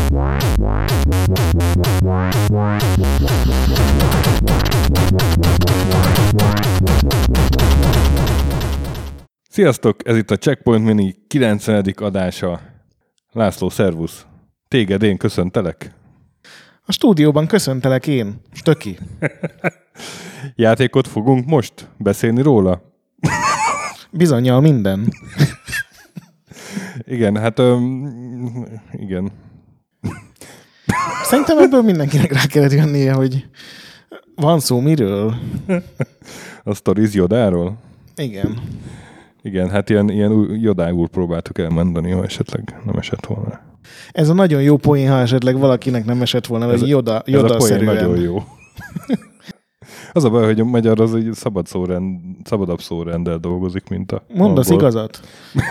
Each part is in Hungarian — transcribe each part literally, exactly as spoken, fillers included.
Sziasztok, ez itt a Checkpoint Mini kilencvenedik adása. László, szervusz. Téged én köszöntelek. A stúdióban köszöntelek én, Stöki. Játékot fogunk most beszélni róla? Bizonnyal minden. Igen, hát öm, igen. Szerintem ebből mindenkinek rá kellett jönnie, hogy van szó miről. A Stories Yodáról? Igen. Igen, hát ilyen, ilyen Yodául próbáltuk elmondani, ha esetleg nem esett volna. Ez a nagyon jó poén, ha esetleg valakinek nem esett volna, hogy Yoda, Yoda-szerűen. Ez a poén nagyon jó. Az a baj, hogy a magyar az egy szabad szórend, szabadabb szórenddel dolgozik, mint a... Mondasz igazat.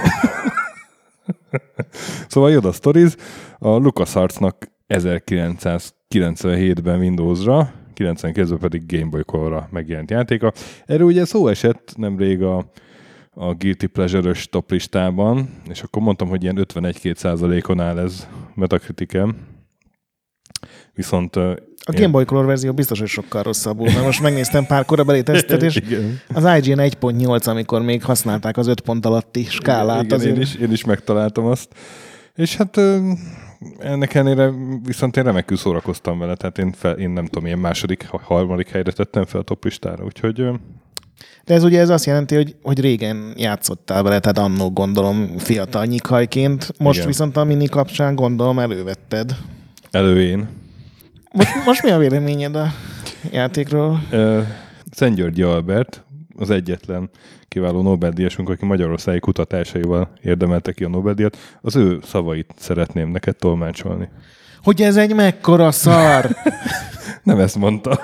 Szóval Yoda Stories a LucasArtsnak ezerkilencszázkilencvenhétben Windowsra, kilencvenkilencben pedig Game Boy Colorra megjelent játéka. Erről ugye szó esett nemrég a, a Guilty Pleasure-ös top listában, és akkor mondtam, hogy ilyen ötvenegy-két százalékon áll ez Metacritiken. Viszont... A Game Boy Color verzió biztos, hogy sokkal rosszabbul, mert most megnéztem pár korabeli tesztet, és az I G N egy pont nyolc, amikor még használták az öt pont alatti skálát. Igen, azért... én, is, én is megtaláltam azt. És hát ennek ellenére viszont én remekül szórakoztam vele, tehát én, fel, én nem tudom, ilyen második, harmadik helyre tettem fel a toplistára, úgyhogy... De ez ugye ez azt jelenti, hogy, hogy régen játszottál vele, tehát annó gondolom fiatal nyikhajként, most igen. Viszont a mini kapcsán gondolom elővetted. Elő én. Most, most mi a véleményed a játékról? Uh, Szentgyörgyi Albert, az egyetlen kiváló Nobel-díjasunk, aki magyarországi kutatásaival érdemelte ki a Nobel-díjat, az ő szavait szeretném neked tolmácsolni. Hogy ez egy mekkora szar! Nem ezt mondta.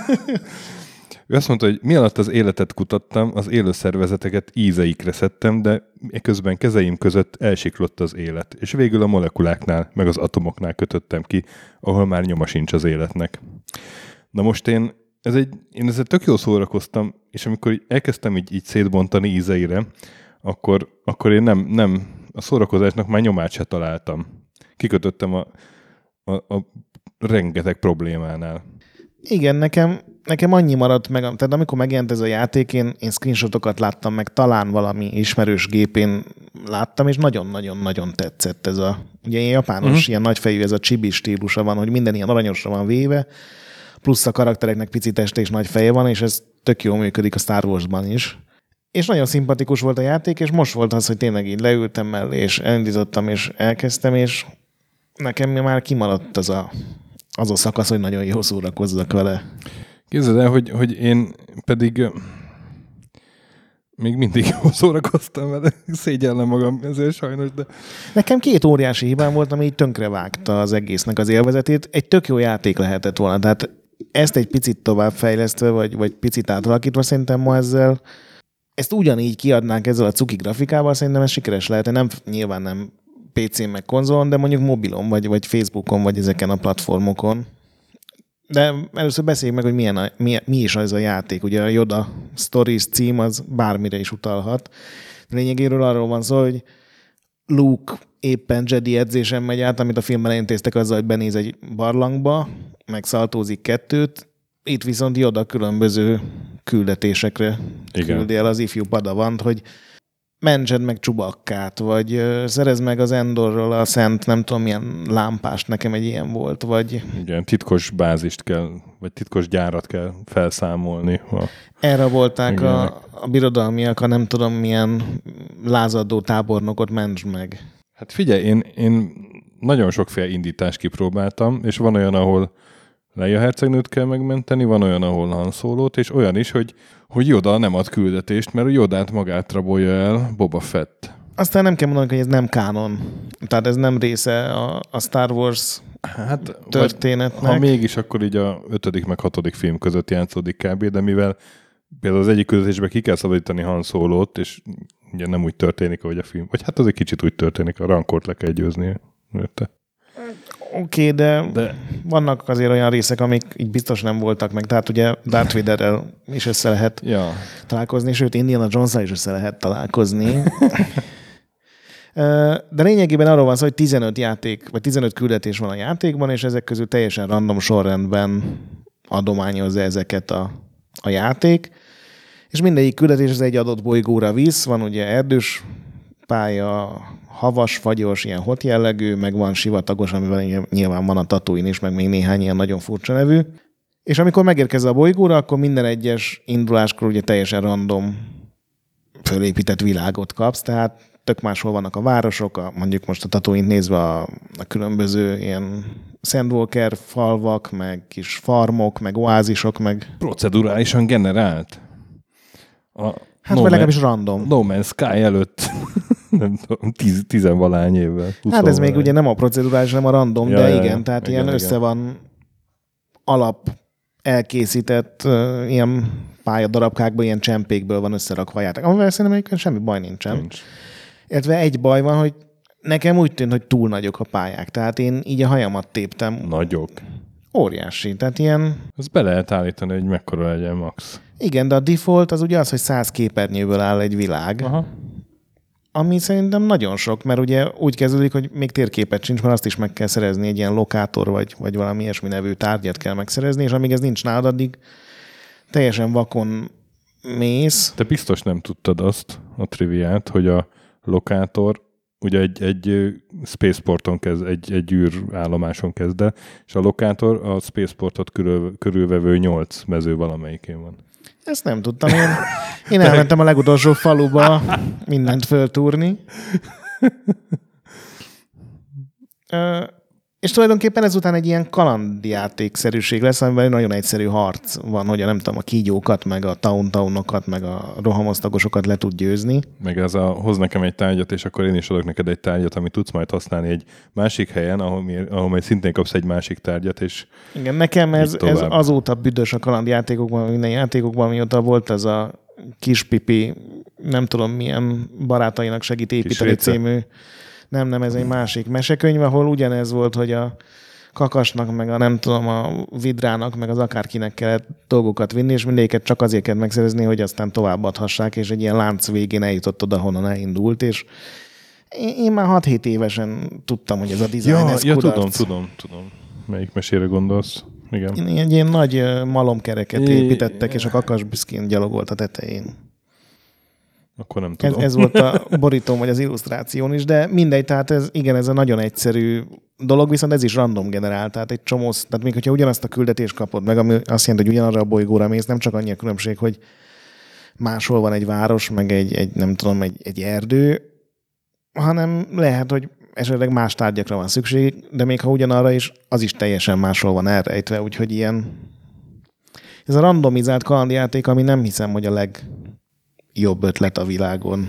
Ő azt mondta, hogy mi alatt az életet kutattam, az élőszervezeteket ízeikre szedtem, de közben kezeim között elsiklott az élet, és végül a molekuláknál, meg az atomoknál kötöttem ki, ahol már nyoma sincs az életnek. Na most én, ez egy, én ezzel tök jól szórakoztam, és amikor elkezdtem így, így szétbontani ízeire, akkor, akkor én nem, nem, a szórakozásnak már nyomát se találtam. Kikötöttem a, a, a rengeteg problémánál. Igen, nekem, nekem annyi maradt meg, tehát amikor megjelent ez a játék, én, én screenshotokat láttam, meg talán valami ismerős gépén láttam, és nagyon-nagyon-nagyon tetszett ez a, ugye ilyen japános, uh-huh. ilyen nagyfejű, ez a chibi stílusa van, hogy minden ilyen aranyosra van véve, plusz a karaktereknek pici teste és nagy feje van, és ez tök jól működik a Star Warsban is. És nagyon szimpatikus volt a játék, és most volt az, hogy tényleg így leültem mellé, és elindítottam, és elkezdtem, és nekem már kimaradt az a az a szakasz, hogy nagyon jól szórakozzak vele. Képzeld el, hogy, hogy én pedig még mindig jól szórakoztam vele. Szégyellem magam ezért sajnos, de... Nekem két óriási hibám volt, ami így tönkrevágta az egésznek az élvezetét. Egy tök jó játék lehetett volna. Tehát ezt egy picit tovább fejlesztve, vagy, vagy picit átalakítva szerintem ma ezzel, ezt ugyanígy kiadnánk ezzel a cuki grafikával, szerintem ez sikeres lehet. Nem, nyilván nem pé cén meg konzolon, de mondjuk mobilon, vagy, vagy Facebookon, vagy ezeken a platformokon. De először beszéljük meg, hogy milyen a, mi, mi is az a játék. Ugye a Yoda Stories cím az bármire is utalhat. Lényegéről arról van szó, hogy Luke éppen Jedi edzésen megy át, amit a filmben elintéztek azzal, hogy benéz egy barlangba, meg szaltózik kettőt. Itt viszont Yoda különböző küldetésekre Igen. küldi el az ifjú padavant, hogy mentsed meg Csubakkát, vagy uh, szerezd meg az Endorról a szent, nem tudom milyen lámpást, nekem egy ilyen volt, vagy... Igen, titkos bázist kell, vagy titkos gyárat kell felszámolni. Ha... Erre volták a, a birodalmiak, a nem tudom milyen lázadó tábornokot mentsd meg. Hát figyelj, én, én nagyon sokféle indítást kipróbáltam, és van olyan, ahol Leia hercegnőt kell megmenteni, van olyan, ahol Han Solót, és olyan is, hogy, hogy Yoda nem ad küldetést, mert a Yodát magát rabolja el Boba Fett. Aztán nem kell mondanunk, hogy ez nem kánon. Tehát ez nem része a, a Star Wars hát, történetnek. Ha mégis, akkor így a ötödik meg hatodik film között játszódik kb., de mivel például az egyik küldetésben ki kell szabadítani Han Solót, és ugye nem úgy történik, ahogy a film. Vagy hát az egy kicsit úgy történik, a Rancort le kell győzni. Érte? Oké, okay, de, de vannak azért olyan részek, amik így biztos nem voltak meg. Tehát ugye Darth Vaderrel is össze lehet ja. találkozni, sőt Indiana Jones-al is össze lehet találkozni. De lényegében arról van szó, hogy tizenöt játék, vagy tizenöt küldetés van a játékban, és ezek közül teljesen random sorrendben adományozza ezeket a, a játék. És mindegyik küldetés az egy adott bolygóra visz. Van ugye erdős pálya, havas, fagyos, ilyen hot jellegű, meg van sivatagos, amivel nyilván van a Tatooine is, meg még néhány ilyen nagyon furcsa nevű. És amikor megérkezel a bolygóra, akkor minden egyes induláskor ugye teljesen random fölépített világot kapsz, tehát tök máshol vannak a városok, a, mondjuk most a Tatooine-t nézve a, a különböző ilyen Sandwalker falvak, meg kis farmok, meg oázisok, meg... Procedurálisan generált. A hát no vagy legalábbis random. No Man's Sky előtt nem tudom, tíz, tizenvalány évvel. Hát ez még ugye nem a procedurális, nem a random, ja, de ja, igen, ja, tehát igen, ilyen igen. Össze van alap elkészített uh, ilyen pályadarabkákból, ilyen csempékből van összerakva a játék. Amivel szerintem egyébként semmi baj nincsen. Nincs. Illetve egy baj van, hogy nekem úgy tűnt, hogy túl nagyok a pályák. Tehát én így a hajamat téptem. Nagyok. Óriási. Tehát ilyen... Ezt be lehet állítani, hogy mekkora legyen max. Igen, de a default az ugye az, hogy száz képernyőből áll egy világ. Aha. Ami szerintem nagyon sok, mert ugye úgy kezdődik, hogy még térképet sincs, mert azt is meg kell szerezni, egy ilyen lokátor, vagy, vagy valami ilyesmi nevű tárgyat kell megszerezni, és amíg ez nincs nálad, addig teljesen vakon mész. Te biztos nem tudtad azt, a triviát, hogy a lokátor ugye egy, egy spaceporton kezd, egy, egy űrállomáson kezd el, és a lokátor a spaceportot körül, körülvevő nyolc mező valamelyikén van. Ezt nem tudtam. Én, én elmentem a legutolsó faluba mindent föltúrni. És tulajdonképpen ezután egy ilyen kalandjátékszerűség lesz, amiben nagyon egyszerű harc van, hogy a, nem tudom, a kígyókat, meg a town-townokat, meg a rohamosztagosokat le tud győzni. Meg ez a hoz nekem egy tárgyat, és akkor én is adok neked egy tárgyat, amit tudsz majd használni egy másik helyen, ahol, ahol majd szintén kapsz egy másik tárgyat, és igen, nekem ez, ez azóta büdös a kalandjátékokban, minden játékokban, mióta volt ez a kispipi, nem tudom milyen barátainak segít építeni című. Nem, nem, ez egy másik mesekönyv, ahol ugyanez volt, hogy a kakasnak, meg a nem tudom, a vidrának, meg az akárkinek kellett dolgokat vinni, és mindéket csak azért kell megszerezni, hogy aztán továbbadhassák, és egy ilyen lánc végén eljutott oda, honnan elindult, és én már hat-hét évesen tudtam, hogy ez a dizájn, ja, ez ja, kudarc. tudom, tudom, tudom. Melyik mesére gondolsz? Igen. Egy ilyen nagy malomkereket építettek, és a kakas büszkén gyalogolt a tetején. Akkor nem tudom. Ez, ez volt a borítóm, vagy az illusztráción is, de mindegy, tehát ez, igen, ez a nagyon egyszerű dolog, viszont ez is random generál, tehát egy csomó, tehát még hogyha ugyanazt a küldetést kapod meg, ami azt jelenti, hogy ugyanarra a bolygóra mész, nem csak annyi a különbség, hogy máshol van egy város, meg egy, egy nem tudom, egy, egy erdő, hanem lehet, hogy esetleg más tárgyakra van szükség, de még ha ugyanarra is, az is teljesen máshol van elrejtve, úgyhogy ilyen ez a randomizált kalandjáték, ami nem hiszem, hogy a leg jobb ötlet a világon.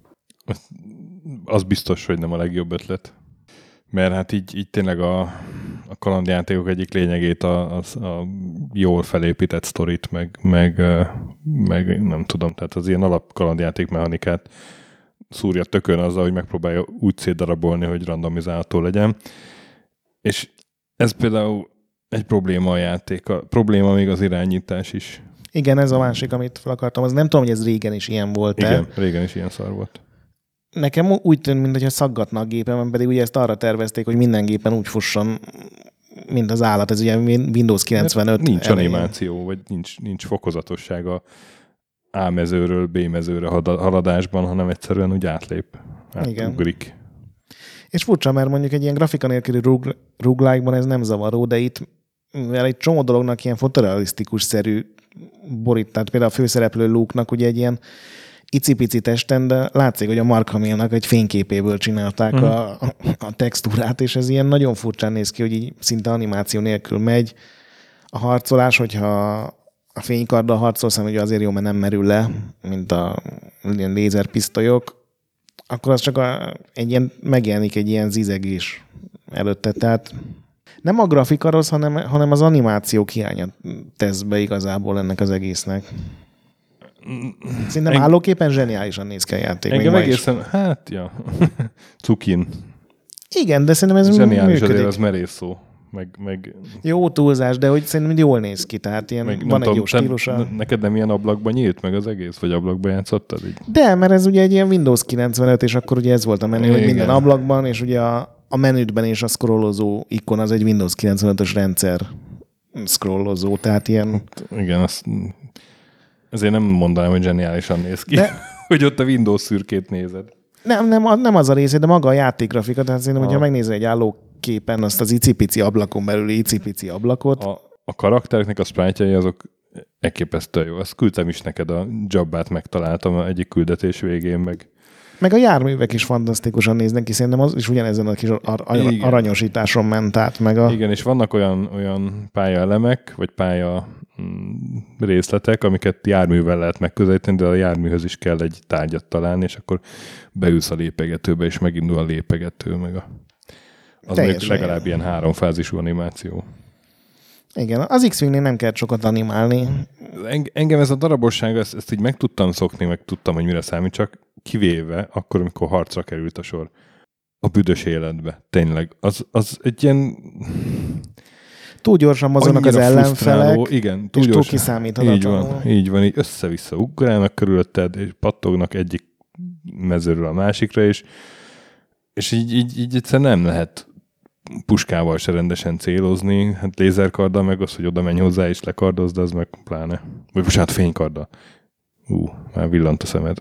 Az biztos, hogy nem a legjobb ötlet. Mert hát így, így tényleg a, a kalandjátékok egyik lényegét a, a, a jól felépített sztorit, meg, meg, meg nem tudom, tehát az ilyen alap kalandjáték mechanikát szúrja tökön azzal, hogy megpróbálja úgy szétdarabolni, hogy randomizálható legyen. És ez például egy probléma a játék. A probléma még az irányítás is. Igen, ez a másik, amit fel akartam. Az nem tudom, hogy ez régen is ilyen volt. Igen, régen is ilyen szar volt. Nekem úgy tűnt, mintha szaggatna a gépemen, pedig ugye ezt arra tervezték, hogy minden gépen úgy fusson, mint az állat. Ez ugye Windows kilencvenöt. Mert nincs elején. Animáció, vagy nincs, nincs fokozatosság a A mezőről B mezőre haladásban, hanem egyszerűen úgy átlép. Átugrik. És furcsa, mert mondjuk egy ilyen grafika nélküli rug, roguelike-ban ez nem zavaró, de itt mivel egy csomó dolognak ilyen fotorealisztikus-szerű borítás, például a főszereplő Luke-nak ugye egy ilyen icipici testen, de látszik, hogy a Mark Hamill-nak egy fényképéből csinálták uh-huh. a, a textúrát, és ez ilyen nagyon furcsán néz ki, hogy így szinte animáció nélkül megy. A harcolás, hogyha a fénykarddal harcolsz, ugye azért jó, mert nem merül le, mint a ilyen lézerpisztolyok, akkor az csak a, egy ilyen, megjelenik egy ilyen zizegés előtte. Tehát nem a grafika rossz, hanem, hanem az animációk hiánya tesz be igazából ennek az egésznek. Szerintem Eng... állóképpen zseniálisan néz ki a játék. Engem egészen, hát ja, cukin. Igen, de szerintem ez zseniális működik. Azért az merész szó. meg... meg jó túlzás, de hogy szerintem jól néz ki, tehát ilyen, meg, van egy tudom, jó stílusa. Te, neked nem ilyen ablakban nyílt meg az egész, vagy ablakban játszottad? Így? De, mert ez ugye egy ilyen Windows kilencvenöt, és akkor ugye ez volt a menü, Igen. hogy minden ablakban, és ugye a, a menütben is a scrollozó ikon az egy Windows kilencvenötös rendszer scrollozó, tehát ilyen... Igen, azt, ezért nem mondanám, hogy zseniálisan néz ki, de, hogy ott a Windows szürkét nézed. Nem, nem, nem az a része, de maga a játékgrafika, tehát szerintem, hogyha megnézel egy állóképen azt az icipici ablakon belüli icipici ablakot. A, a karaktereknek a sprite-jai azok elképesztően jó. Azt küldtem is neked, a jobbát megtaláltam egyik küldetés végén, meg Meg a járművek is fantasztikusan néznek ki, szerintem az is ugyanezen a kis ar- ar- aranyosításon ment át. Meg a... Igen, és vannak olyan, olyan pályaelemek, vagy pálya részletek, amiket járművel lehet megközelíteni, de a járműhöz is kell egy tárgyat találni, és akkor beülsz a lépegetőbe, és megindul a lépegető, meg a... az meg legalább ilyen háromfázisú animáció. Igen, az X-Wing-nél nem kell sokat animálni. Engem ez a darabosság, ezt, ezt így meg tudtam szokni, meg tudtam, hogy mire számít, csak kivéve akkor, amikor harcra került a sor a büdös életbe. Tényleg. Az, az egy ilyen... Túl gyorsan mozognak az ellenfelek, igen, túl és gyorsan. túl kiszámíthatatlanul. Így van, így van, így össze-vissza ugrálnak körülötted, és pattognak egyik mezőről a másikra, és, és így, így, így egyszerűen nem lehet puskával se rendesen célozni, hát lézerkarddal meg az, hogy oda menj hozzá és lekardozd, az meg pláne. Vagy bocsánat, fénykarddal. Ú, már villant a szemed.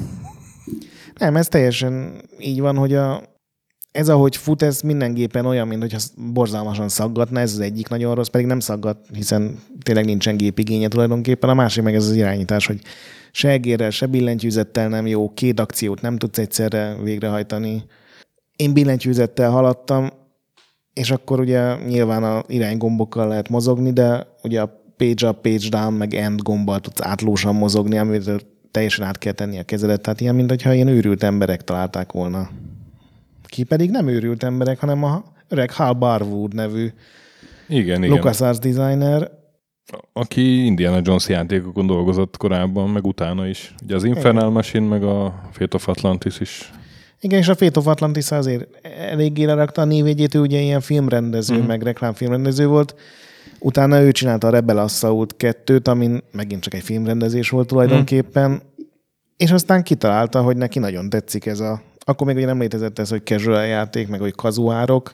Nem, ez teljesen így van, hogy a, ez ahogy fut, ez minden gépen olyan, mint hogyha borzalmasan szaggatna, ez az egyik nagyon rossz, pedig nem szaggat, hiszen tényleg nincsen gépigénye tulajdonképpen. A másik meg ez az irányítás, hogy se egérrel, se billentyűzettel nem jó, két akciót nem tudsz egyszerre végrehajtani. Én billentyűzettel haladtam, és akkor ugye nyilván a iránygombokkal lehet mozogni, de ugye a page up, page down, meg end gombbal tudsz átlósan mozogni, amitől teljesen át kell tenni a kezedet. Tehát ilyen, mint hogyha ilyen őrült emberek találták volna. Ki pedig nem őrült emberek, hanem a öreg Hal Barwood nevű igen, igen. LucasArts designer. Aki Indiana Jones játékokon dolgozott korábban, meg utána is. Ugye az Infernal Machine, meg a Fate of Atlantis is. Igen, és a Fate of Atlantis azért eléggé lerakta a névjegyét, ő ugye ilyen filmrendező, mm. meg reklámfilmrendező volt. Utána ő csinálta a Rebel Assault kettőt, amin megint csak egy filmrendezés volt tulajdonképpen, mm. és aztán kitalálta, hogy neki nagyon tetszik ez a... Akkor még ugye nem létezett ez, hogy casual játék, meg hogy kazuárok,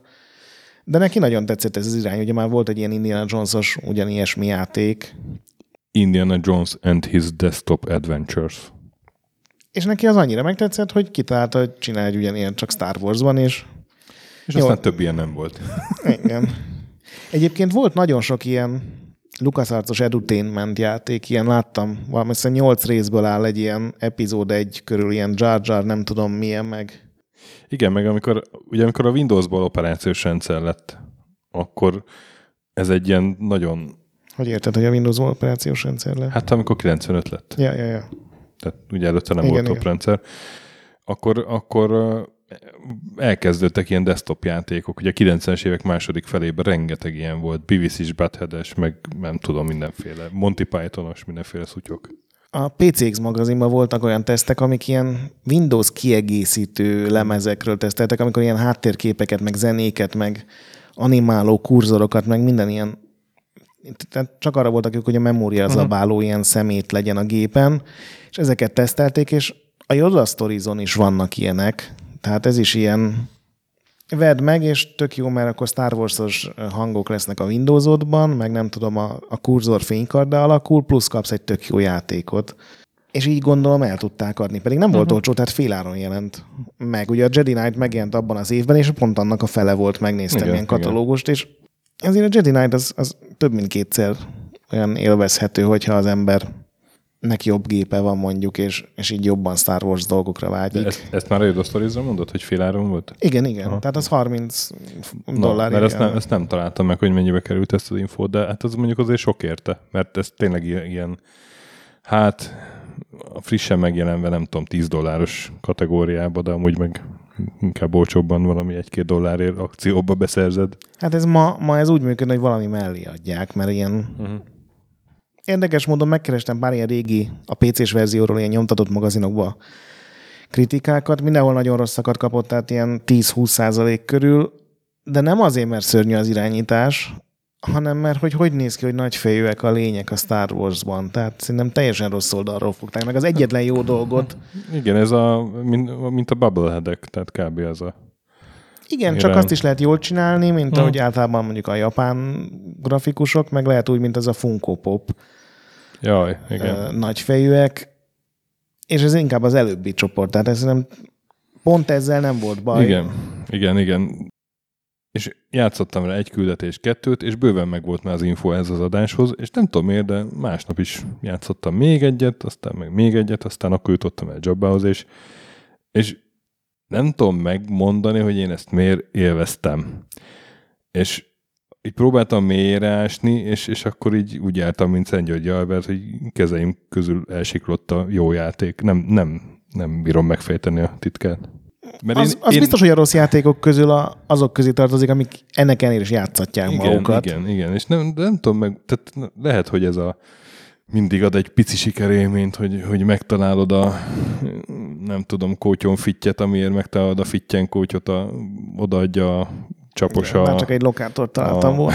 de neki nagyon tetszett ez az irány. Ugye már volt egy ilyen Indiana Jones-os ugyanilyesmi játék. Indiana Jones and his Desktop Adventures. És neki az annyira megtetszett, hogy kitalálta, hogy csinálj egy ugyanilyen csak Star Wars-ban, és... És aztán több ilyen nem volt. Igen. Egyébként volt nagyon sok ilyen LucasArts-os edutainment játék, ilyen láttam, valami nyolc részből áll egy ilyen epizód egy körül, ilyen Jar Jar, nem tudom milyen meg. Igen, meg amikor, ugye amikor a Windowsból operációs rendszer lett, akkor ez egy ilyen nagyon... Hogy érted, hogy a Windowsból operációs rendszer lett? Hát amikor kilencvenöt lett. Ja, ja, ja. Tehát ugye előtte nem igen, volt igen. top rendszer. Akkor, akkor elkezdődtek ilyen desktop játékok. Ugye a kilencvenes évek második felében rengeteg ilyen volt. Beavis és Butthead-es, meg nem tudom, mindenféle. Monty Python-os, mindenféle szutyok. A pé cé iksz magazinban voltak olyan tesztek, amik ilyen Windows kiegészítő lemezekről teszteltek, amikor ilyen háttérképeket, meg zenéket, meg animáló kurzorokat, meg minden ilyen. Tehát csak arra voltak ők, hogy a memória zabáló uh-huh. ilyen szemét legyen a gépen, és ezeket tesztelték, és a Yoda Stories-on is vannak ilyenek, tehát ez is ilyen vedd meg, és tök jó, mert akkor Star Wars-os hangok lesznek a Windows-odban, meg nem tudom, a, a kurzor fénykarddá alakul, plusz kapsz egy tök jó játékot. És így gondolom el tudták adni, pedig nem uh-huh. volt olcsó, tehát féláron jelent meg. Ugye a Jedi Knight megjelent abban az évben, és pont annak a fele volt, megnéztem igen, ilyen katalógust, igen. És ezért a Jedi Knight az, az több mint kétszer olyan élvezhető, hogyha az embernek jobb gépe van mondjuk, és, és így jobban Star Wars dolgokra vágyik. Ezt, ezt már a Yoda Stories-ra mondod, hogy féláron volt? Igen, igen. Aha. Tehát az harminc dollár. Mert ezt nem, ezt nem találtam meg, hogy mennyibe került ezt az infót, de hát az mondjuk azért sok érte, mert ez tényleg ilyen, hát a frissen megjelenve nem tudom, tíz dolláros kategóriába, de amúgy meg inkább olcsóbban valami egy-két dollárért akcióba beszerzed. Hát ez ma, ma ez úgy működne, hogy valami mellé adják, mert ilyen uh-huh. érdekes módon megkerestem pár ilyen régi, a pé cés verzióról ilyen nyomtatott magazinokba kritikákat, mindenhol nagyon rosszakat kapott, tehát ilyen tíz-húsz százalék körül, de nem azért, mert szörnyű az irányítás, hanem mert hogy hogy néz ki, hogy nagyfejűek a lények a Star Warsban. Tehát szerintem teljesen rossz oldalról fogták meg. Az egyetlen jó dolgot. Igen, ez a, mint, mint a bubbleheadek, tehát kb. Az a... Igen, csak azt is lehet jól csinálni, mint hmm. ahogy általában mondjuk a japán grafikusok, meg lehet úgy, mint az a Funko Pop. Jaj, igen. Nagyfejűek, és ez inkább az előbbi csoport. Tehát ez nem, pont ezzel nem volt baj. Igen, igen, igen. És játszottam rá egy küldetés, kettőt, és bőven meg volt már az info ez az adáshoz, és nem tudom miért, de másnap is játszottam még egyet, aztán meg még egyet, aztán akkor jutottam el Jabbához, és, és nem tudom megmondani, hogy én ezt miért élveztem. És így próbáltam mélyre ásni, és, és akkor így úgy jártam, mint Szent György Albert, hogy kezeim közül elsiklott a jó játék. Nem, nem, nem bírom megfejteni a titkát. Mert az, én, az én... biztos, hogy a rossz játékok közül a, azok közé tartozik, amik ennek ellenére is játszatják igen, magukat. Igen, igen, és nem, nem tudom meg, tehát lehet, hogy ez a mindig ad egy pici sikerélményt, hogy, hogy megtalálod a nem tudom, kótyon fittyet, amiért megtalálod a fittyen kótyot, a, odaadja a csapos igen, a... Már csak egy lokátort találtam a... volna.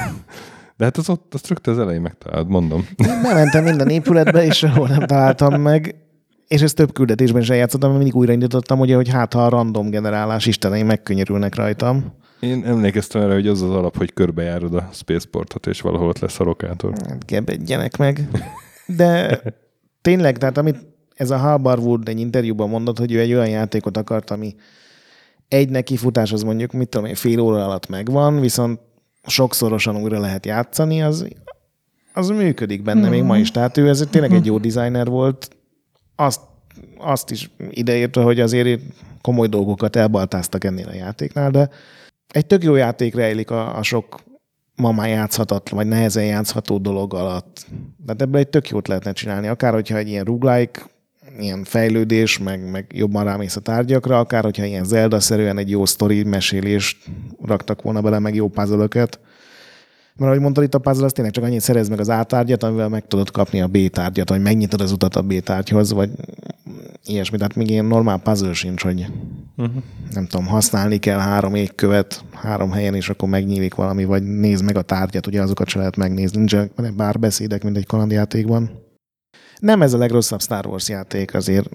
De hát az ott, azt rögtön az elején megtalálod, mondom. Bementem minden épületbe, és sehol nem találtam meg. És ezt több küldetésben is eljátszottam, mert mindig újraindítottam, ugye, hogy hát ha a random generálás istenei megkönnyörülnek rajtam. Én emlékeztem erre, hogy az az alap, hogy körbejárod a Spaceportot, és valahol ott lesz a rokátor. Hát gebedjenek meg. De tényleg, tehát amit ez a Hal Barwood egy interjúban mondott, hogy ő egy olyan játékot akart, ami egy nekifutás, az mondjuk, mit tudom én, fél óra alatt megvan, viszont sokszorosan újra lehet játszani, az, az működik benne mm. még ma is. Tehát ő ez tényleg egy jó designer volt. Azt, azt is ideírta, hogy azért komoly dolgokat elbaltáztak ennél a játéknál, de egy tök jó játék rejlik a, a sok ma már játszhatatlan, vagy nehezen játszható dolog alatt. De ebből egy tök jót lehetne csinálni. Akár, hogyha egy ilyen roguelike, ilyen fejlődés, meg, meg jobban rámész a tárgyakra, akár, hogyha ilyen Zelda-szerűen egy jó sztori mesélést raktak volna bele, meg jó puzzle-öket. Mert ahogy mondtad, itt a puzzle, az tényleg csak annyit szerez meg az A tárgyat, amivel meg tudod kapni a B tárgyat, vagy megnyitod az utat a B tárgyhoz, vagy ilyesmi. Tehát még ilyen normál puzzle sincs, hogy uh-huh. nem tudom, használni kell három égkövet három helyen, és akkor megnyílik valami, vagy nézd meg a tárgyat, ugye azokat se lehet megnézni. Nincsenek bárbeszédek, mint egy kalandjátékban. Nem ez a legrosszabb Star Wars játék, azért.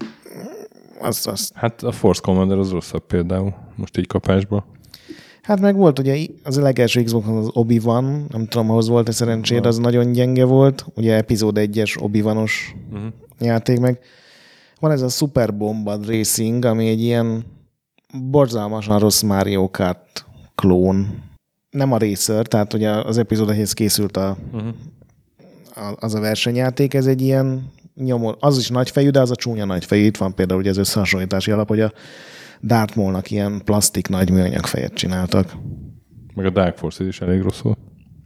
Az, az... Hát a Force Commander az rosszabb például, most így kapásba. Hát meg volt ugye az legelső Xbox-on az Obi-Wan, nem tudom, ahhoz volt-e szerencséd, az nagyon gyenge volt. Ugye epizód egyes Obi-Wanos uh-huh. játék meg. Van ez a Super Bombard Racing, ami egy ilyen borzalmasan rossz Mario Kart klón. Nem a Racer, tehát ugye az epizód egyhez készült a, uh-huh. a, az a versenyjáték, ez egy ilyen nyomor, az is nagyfejű, de az a csúnya nagyfejű. Itt van például ugye az összehasonlítási alap, hogy a Darth Maul-nak ilyen plastik nagy műanyag fejet csináltak. Meg a Dark Forces is elég rossz volt.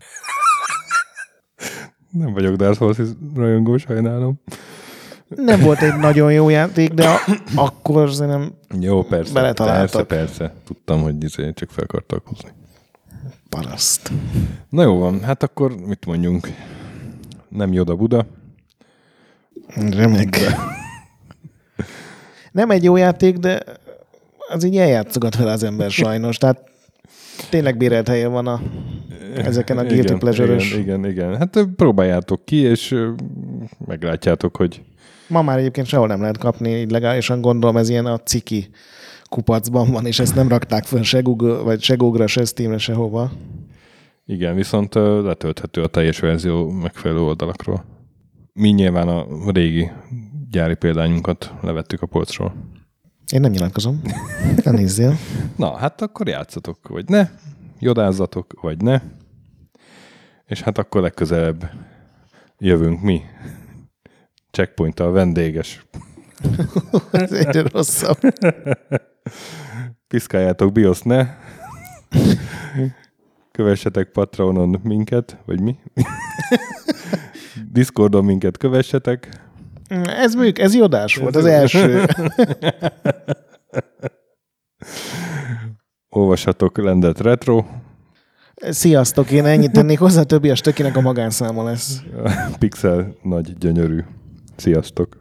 Nem vagyok Dark Forces rajongó, sajnálom. Nem volt egy nagyon jó játék, de a, akkor szerintem jó, persze, beletaláltak. Persze, persze. Tudtam, hogy izé csak fel akartak hozni. Paraszt. Na jó van, hát akkor mit mondjunk? Nem Yoda Buda. Remek. Nem egy jó játék, de az így eljátszogat fel az ember sajnos. Tehát tényleg bérelt helye van a, ezeken a guilty pleasure-ös. Igen, igen, igen. Hát próbáljátok ki, és meglátjátok, hogy... Ma már egyébként sehol nem lehet kapni, így legálisan gondolom, ez ilyen a ciki kupacban van, és ezt nem rakták föl se Google, vagy se Google-ra, se Steamre, sehova. Igen, viszont letölthető a teljes verzió megfelelő oldalakról. Mi nyilván a régi gyári példányunkat levettük a polcról. Én nem nyilatkozom. Ne nézzél. Na, hát akkor játszatok, vagy ne, jodázzatok, vagy ne. És hát akkor legközelebb jövünk mi. Checkpoint-tal vendéges. Ez egyre rosszabb. Piszkáljátok BIOS, ne. Kövessetek Patronon minket, vagy mi? Discordon minket kövessetek. Ez mondjuk, ez jodás volt, az első. Olvassatok Landet Retro. Sziasztok, én ennyit tennék hozzá, többi a stökinek a magánszáma lesz. Pixel nagy, gyönyörű. Sziasztok.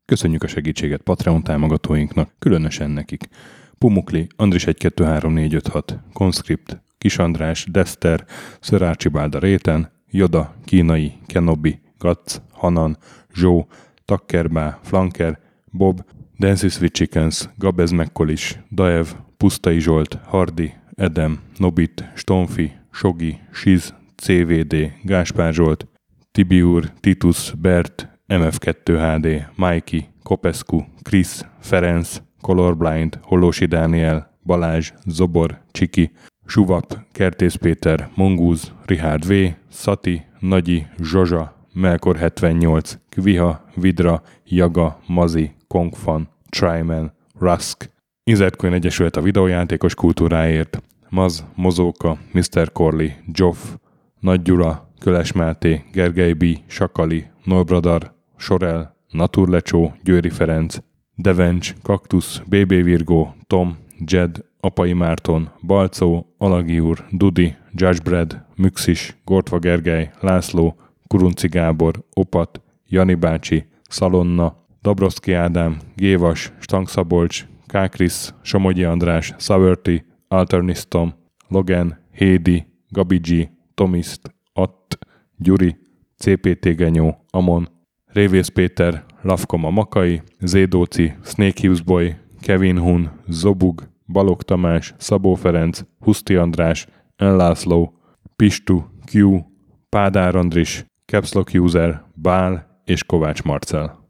Köszönjük a segítséget Patreon támogatóinknak, különösen nekik. Pumukli, Andris egy kettő három négy öt hat, Conscript, Kis András, Dester, Sir Archibald a réten, Joda, Kínai, Kenobi, Gatz, Hanan, Zsó, Takkerbá, Flanker, Bob, Dances with Chickens, Gabez Mekkolis, Daev, Pusztai Zsolt, Hardi, Edem, Nobit, Stonfi, Sogi, Siz, cé vé dé, Gáspár Zsolt, Tibiur, Titus, Bert, em ef kettő há dé, Mikey, Kopescu, Krisz, Ferenc, Colorblind, Holosi Dániel, Balázs, Zobor, Csiki, Suvap, Kertész Péter, Mongúz, Richard V, Szati, Nagyi, Zsozsa, Melkor hetvennyolc, Kviha, Vidra, Jaga, Mazi, Kongfan, Tryman, Rusk, Inzertcoin Egyesület a videójátékos kultúráért, Maz, Mozóka, miszter Corley, Joff, Nagy Gyula, Köles Máté, Gergely B, Sakali, Norbradar, Sorel, Naturlecsó, Győri Ferenc, Devencs, Kaktusz, bé bé Virgó, Tom, Jed, Apai Márton, Balcó, Alagi úr, Dudi, Judgebred, Müxis, Gortva Gergely, László, Kurunci Gábor, Opat, Jani bácsi, Szalonna, Dabrowski Ádám, Gévas, Stangszabolcs, Kákris, Somogyi András, Szaverti, Alternisztom, Logan, Hédi, Gabigi, Tomiszt, Att, Gyuri, cé pé té Genyó, Amon, Révész Péter, Lavkoma Makai, Zédóci, Snake Hughes Boy, Kevin Hun, Zobug, Balog Tamás, Szabó Ferenc, Huszti András, Enlászló, Pistu, Q, Pádár Andris, Capslock User, Bál és Kovács Marcel.